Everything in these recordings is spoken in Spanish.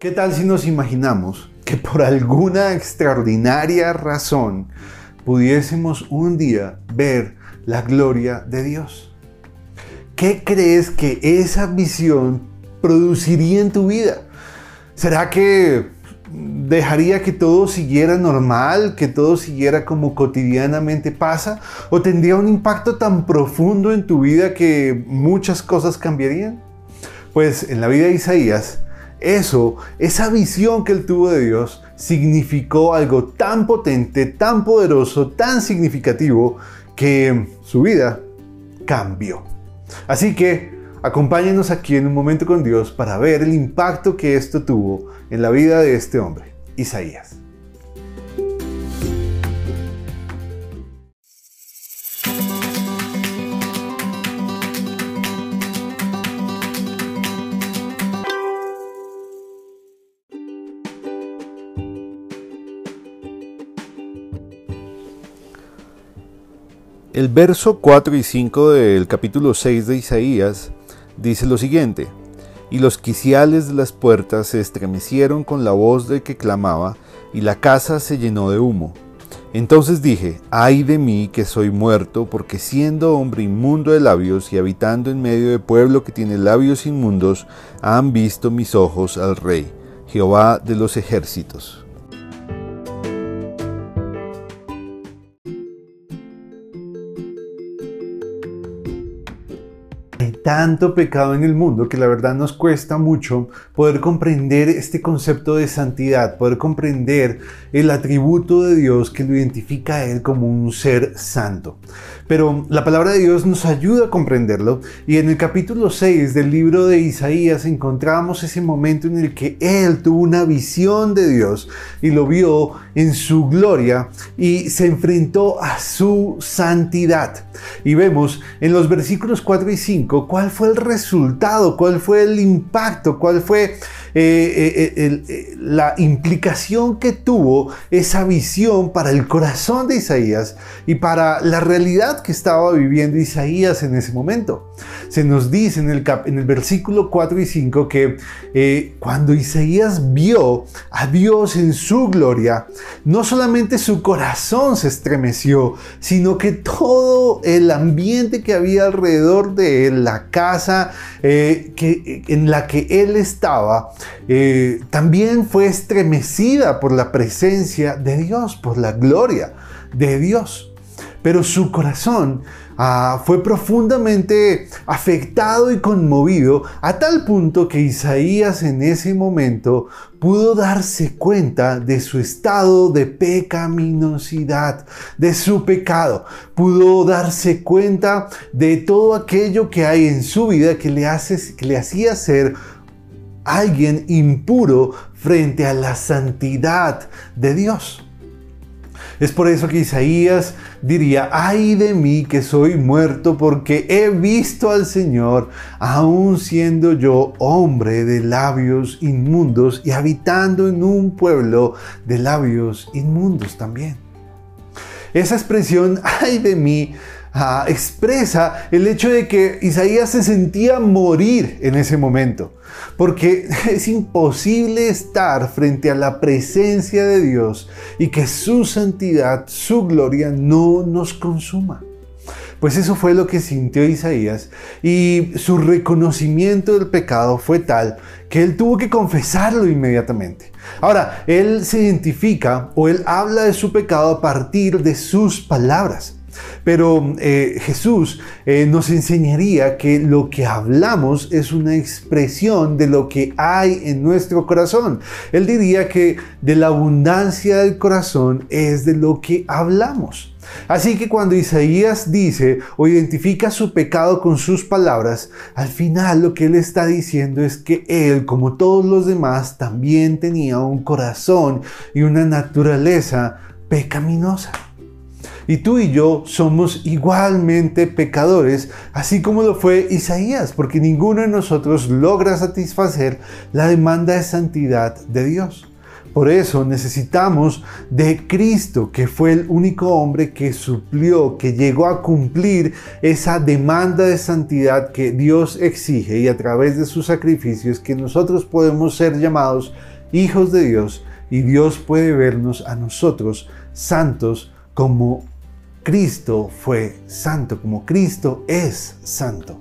¿Qué tal si nos imaginamos que por alguna extraordinaria razón pudiésemos un día ver la gloria de Dios? ¿Qué crees que esa visión produciría en tu vida? ¿Será que dejaría que todo siguiera normal, que todo siguiera como cotidianamente pasa? ¿O tendría un impacto tan profundo en tu vida que muchas cosas cambiarían? Pues en la vida de Isaías, esa visión que él tuvo de Dios significó algo tan potente, tan poderoso, tan significativo que su vida cambió. Así que acompáñenos aquí en Un Momento con Dios para ver el impacto que esto tuvo en la vida de este hombre, Isaías. El verso 4 y 5 del capítulo 6 de Isaías dice lo siguiente: Y los quiciales de las puertas se estremecieron con la voz del que clamaba, y la casa se llenó de humo. Entonces dije: ay de mí que soy muerto, porque siendo hombre inmundo de labios y habitando en medio de pueblo que tiene labios inmundos, han visto mis ojos al Rey, Jehová de los ejércitos. Hay tanto pecado en el mundo que la verdad nos cuesta mucho poder comprender este concepto de santidad, poder comprender el atributo de Dios que lo identifica a Él como un ser santo. Pero la palabra de Dios nos ayuda a comprenderlo, y en el capítulo 6 del libro de Isaías encontramos ese momento en el que Él tuvo una visión de Dios y lo vio en su gloria y se enfrentó a su santidad. Y vemos en los versículos 4 y 5 cuál fue el resultado, cuál fue el impacto, cuál fue la implicación que tuvo esa visión para el corazón de Isaías y para la realidad que estaba viviendo Isaías en ese momento. Se nos dice en el versículo 4 y 5 que cuando Isaías vio a Dios en su gloria, no solamente su corazón se estremeció, sino que todo el ambiente que había alrededor de él, la casa en la que él estaba, también fue estremecida por la presencia de Dios, por la gloria de Dios. Pero su corazón fue profundamente afectado y conmovido a tal punto que Isaías en ese momento pudo darse cuenta de su estado de pecaminosidad, de su pecado. Pudo darse cuenta de todo aquello que hay en su vida que le hacía ser alguien impuro frente a la santidad de Dios. Es por eso que Isaías diría: ay de mí que soy muerto, porque he visto al Señor, aun siendo yo hombre de labios inmundos y habitando en un pueblo de labios inmundos también. Esa expresión, ay de mí, expresa el hecho de que Isaías se sentía morir en ese momento, porque es imposible estar frente a la presencia de Dios y que su santidad, su gloria no nos consuma. Pues eso fue lo que sintió Isaías, y su reconocimiento del pecado fue tal que él tuvo que confesarlo inmediatamente. Ahora, él se identifica o él habla de su pecado a partir de sus palabras. Pero Jesús nos enseñaría que lo que hablamos es una expresión de lo que hay en nuestro corazón. Él diría que de la abundancia del corazón es de lo que hablamos. Así que cuando Isaías dice o identifica su pecado con sus palabras, al final lo que él está diciendo es que él, como todos los demás, también tenía un corazón y una naturaleza pecaminosa. Y tú y yo somos igualmente pecadores, así como lo fue Isaías, porque ninguno de nosotros logra satisfacer la demanda de santidad de Dios. Por eso necesitamos de Cristo, que fue el único hombre que suplió, que llegó a cumplir esa demanda de santidad que Dios exige, y a través de sus sacrificios que nosotros podemos ser llamados hijos de Dios, y Dios puede vernos a nosotros santos como Cristo fue santo, como Cristo es santo.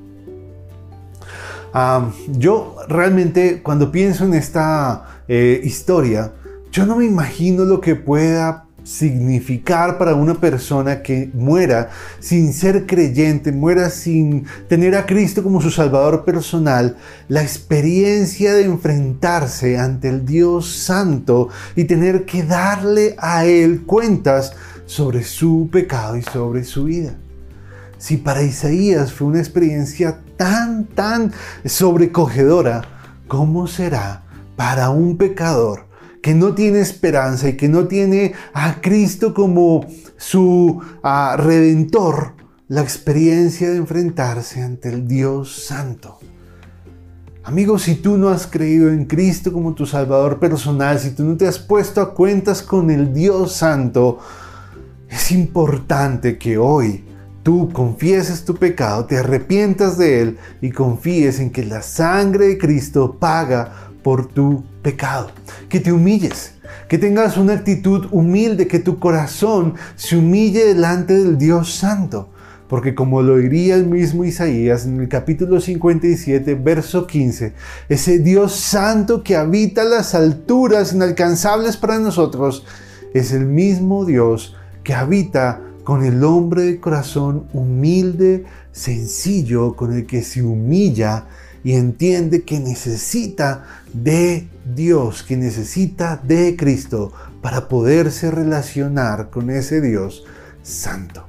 Yo realmente cuando pienso en esta historia, yo no me imagino lo que pueda significar para una persona que muera sin ser creyente, muera sin tener a Cristo como su Salvador personal, la experiencia de enfrentarse ante el Dios Santo y tener que darle a Él cuentas sobre su pecado y sobre su vida. Si para Isaías fue una experiencia tan sobrecogedora, ¿cómo será para un pecador que no tiene esperanza y que no tiene a Cristo como su Redentor, la experiencia de enfrentarse ante el Dios Santo? Amigos, si tú no has creído en Cristo como tu Salvador personal, si tú no te has puesto a cuentas con el Dios Santo, es importante que hoy tú confieses tu pecado, te arrepientas de él y confíes en que la sangre de Cristo paga por tu pecado. Que te humilles, que tengas una actitud humilde, que tu corazón se humille delante del Dios Santo. Porque como lo diría el mismo Isaías en el capítulo 57, verso 15, ese Dios Santo que habita las alturas inalcanzables para nosotros, es el mismo Dios que habita con el hombre de corazón humilde, sencillo, con el que se humilla y entiende que necesita de Dios, que necesita de Cristo para poderse relacionar con ese Dios santo.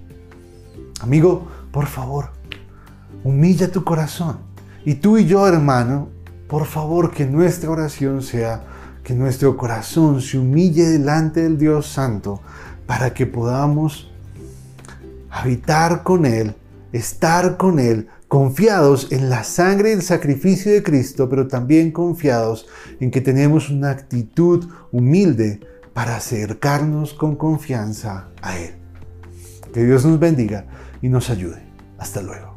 Amigo, por favor, humilla tu corazón. Y tú y yo, hermano, por favor, que nuestra oración sea que nuestro corazón se humille delante del Dios santo para que podamos habitar con Él, estar con Él, confiados en la sangre y el sacrificio de Cristo, pero también confiados en que tenemos una actitud humilde para acercarnos con confianza a Él. Que Dios nos bendiga y nos ayude. Hasta luego.